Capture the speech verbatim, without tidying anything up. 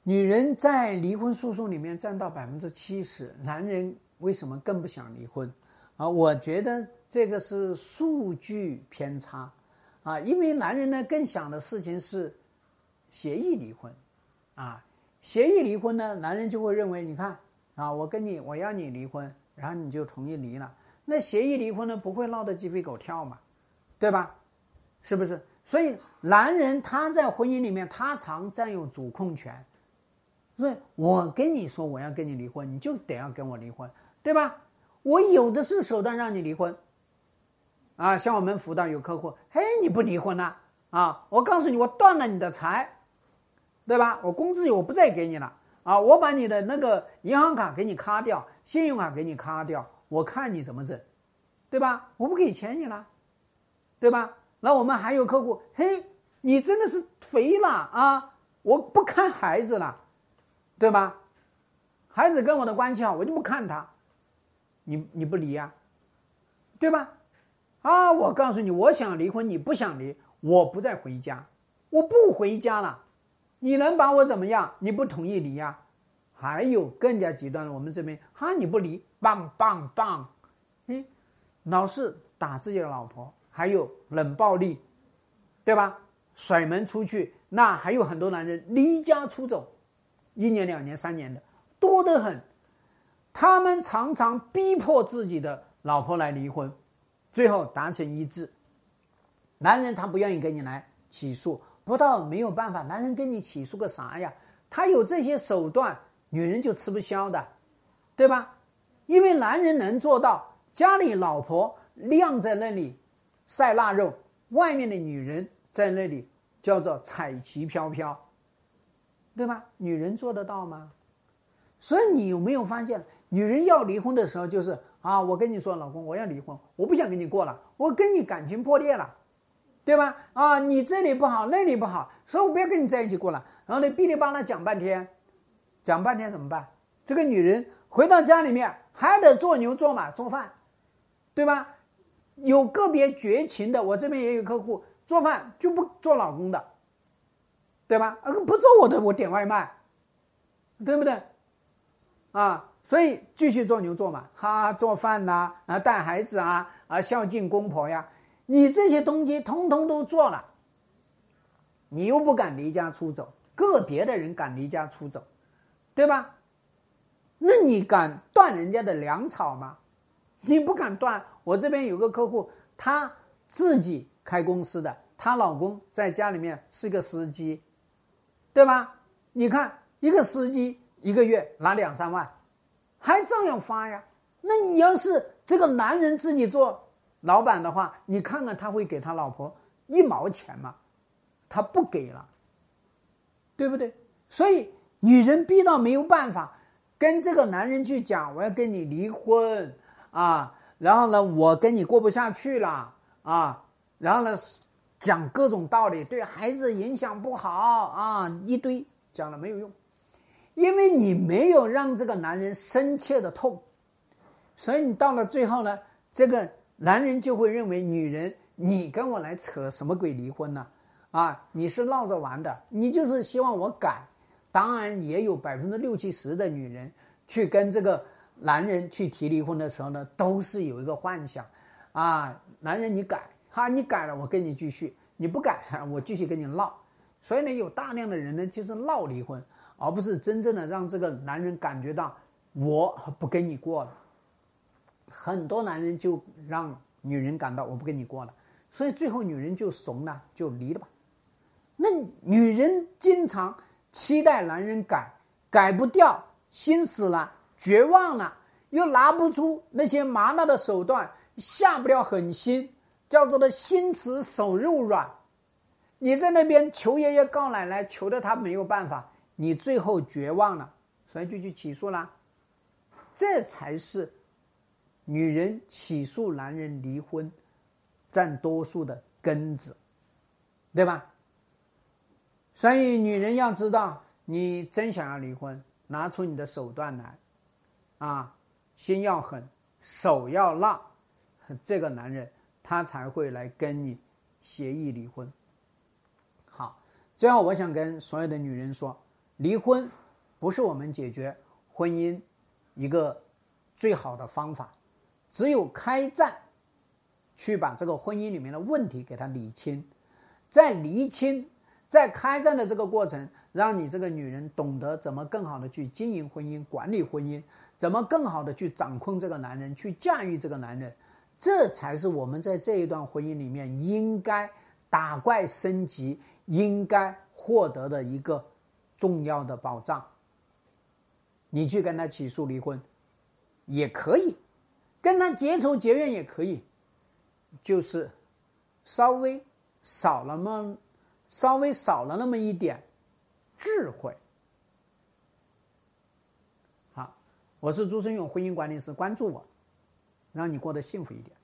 女人在离婚诉讼里面占到百分之七十，男人为什么更不想离婚？啊，我觉得这个是数据偏差，啊，因为男人呢更想的事情是协议离婚，啊，协议离婚呢，男人就会认为，你看啊，我跟你我要你离婚，然后你就同意离了，那协议离婚呢不会闹得鸡飞狗跳嘛，对吧？是不是？所以男人他在婚姻里面他常占有主控权，所以我跟你说我要跟你离婚，你就得要跟我离婚，对吧？我有的是手段让你离婚，啊，像我们辅导有客户，嘿，你不离婚了啊？我告诉你，我断了你的财，对吧？我工资我不再给你了啊，我把你的那个银行卡给你卡掉，信用卡给你卡掉，我看你怎么整，对吧？我不给钱你了，对吧？那我们还有客户，嘿，你真的是肥了啊！我不看孩子了，对吧？孩子跟我的关系好，我就不看他，你你不离啊，对吧？啊，我告诉你，我想离婚，你不想离，我不再回家，我不回家了，你能把我怎么样？你不同意离呀？还有更加极端的，我们这边哈，你不离，棒棒棒，哎，老是打自己的老婆。还有冷暴力，对吧？甩门出去，那还有很多男人离家出走，一年两年三年的多得很，他们常常逼迫自己的老婆来离婚，最后达成一致。男人他不愿意跟你来起诉，不到没有办法，男人跟你起诉个啥呀？他有这些手段，女人就吃不消的，对吧？因为男人能做到家里老婆晾在那里晒腊肉，外面的女人在那里叫做彩旗飘飘，对吧？女人做得到吗？所以你有没有发现，女人要离婚的时候就是啊，我跟你说，老公，我要离婚，我不想跟你过了，我跟你感情破裂了，对吧？啊，你这里不好，那里不好，所以我不要跟你在一起过了。然后呢，哔哩吧啦讲半天，讲半天怎么办？这个女人回到家里面还得做牛做马做饭，对吧？有个别绝情的，我这边也有客户做饭就不做老公的，对吧？不做我的，我点外卖，对不对？啊，所以继续做牛做马，哈，做饭呐、啊，啊，带孩子啊，啊，孝敬公婆呀，你这些东西通通都做了，你又不敢离家出走，个别的人敢离家出走，对吧？那你敢断人家的粮草吗？你不敢断。我这边有个客户，她自己开公司的，她老公在家里面是个司机，对吧？你看一个司机一个月拿两三万，还照样发呀。那你要是这个男人自己做老板的话，你看看他会给他老婆一毛钱吗？他不给了，对不对？所以女人逼到没有办法，跟这个男人去讲，我要跟你离婚啊，然后呢，我跟你过不下去了啊，然后呢，讲各种道理，对孩子影响不好啊，一堆讲了没有用，因为你没有让这个男人深切的痛，所以你到了最后呢，这个男人就会认为女人，你跟我来扯什么鬼离婚呢？啊，你是闹着玩的，你就是希望我改。当然也有百分之六七十的女人去跟这个男人去提离婚的时候呢，都是有一个幻想啊，男人你改哈，你改了我跟你继续，你不改我继续跟你闹。所以呢，有大量的人呢就是闹离婚，而不是真正的让这个男人感觉到我不跟你过了。很多男人就让女人感到我不跟你过了，所以最后女人就怂了，就离了吧。那女人经常期待男人改，改不掉，心死了，绝望了，又拿不出那些麻辣的手段，下不了狠心，叫做的心慈手肉软。你在那边求爷爷告奶奶，求的他没有办法，你最后绝望了，所以就去起诉啦。这才是女人起诉男人离婚占多数的根子，对吧？所以女人要知道，你真想要离婚，拿出你的手段来啊，心要狠，手要辣，这个男人他才会来跟你协议离婚。好，最后我想跟所有的女人说，离婚不是我们解决婚姻一个最好的方法。只有开战，去把这个婚姻里面的问题给它理清，在理清，在开战的这个过程，让你这个女人懂得怎么更好的去经营婚姻、管理婚姻，怎么更好的去掌控这个男人，去驾驭这个男人，这才是我们在这一段婚姻里面应该打怪升级、应该获得的一个重要的保障。你去跟他起诉离婚也可以，跟他结仇结怨也可以，就是稍微少了那么稍微少了那么一点智慧。好，我是朱生勇婚姻管理师，关注我，让你过得幸福一点。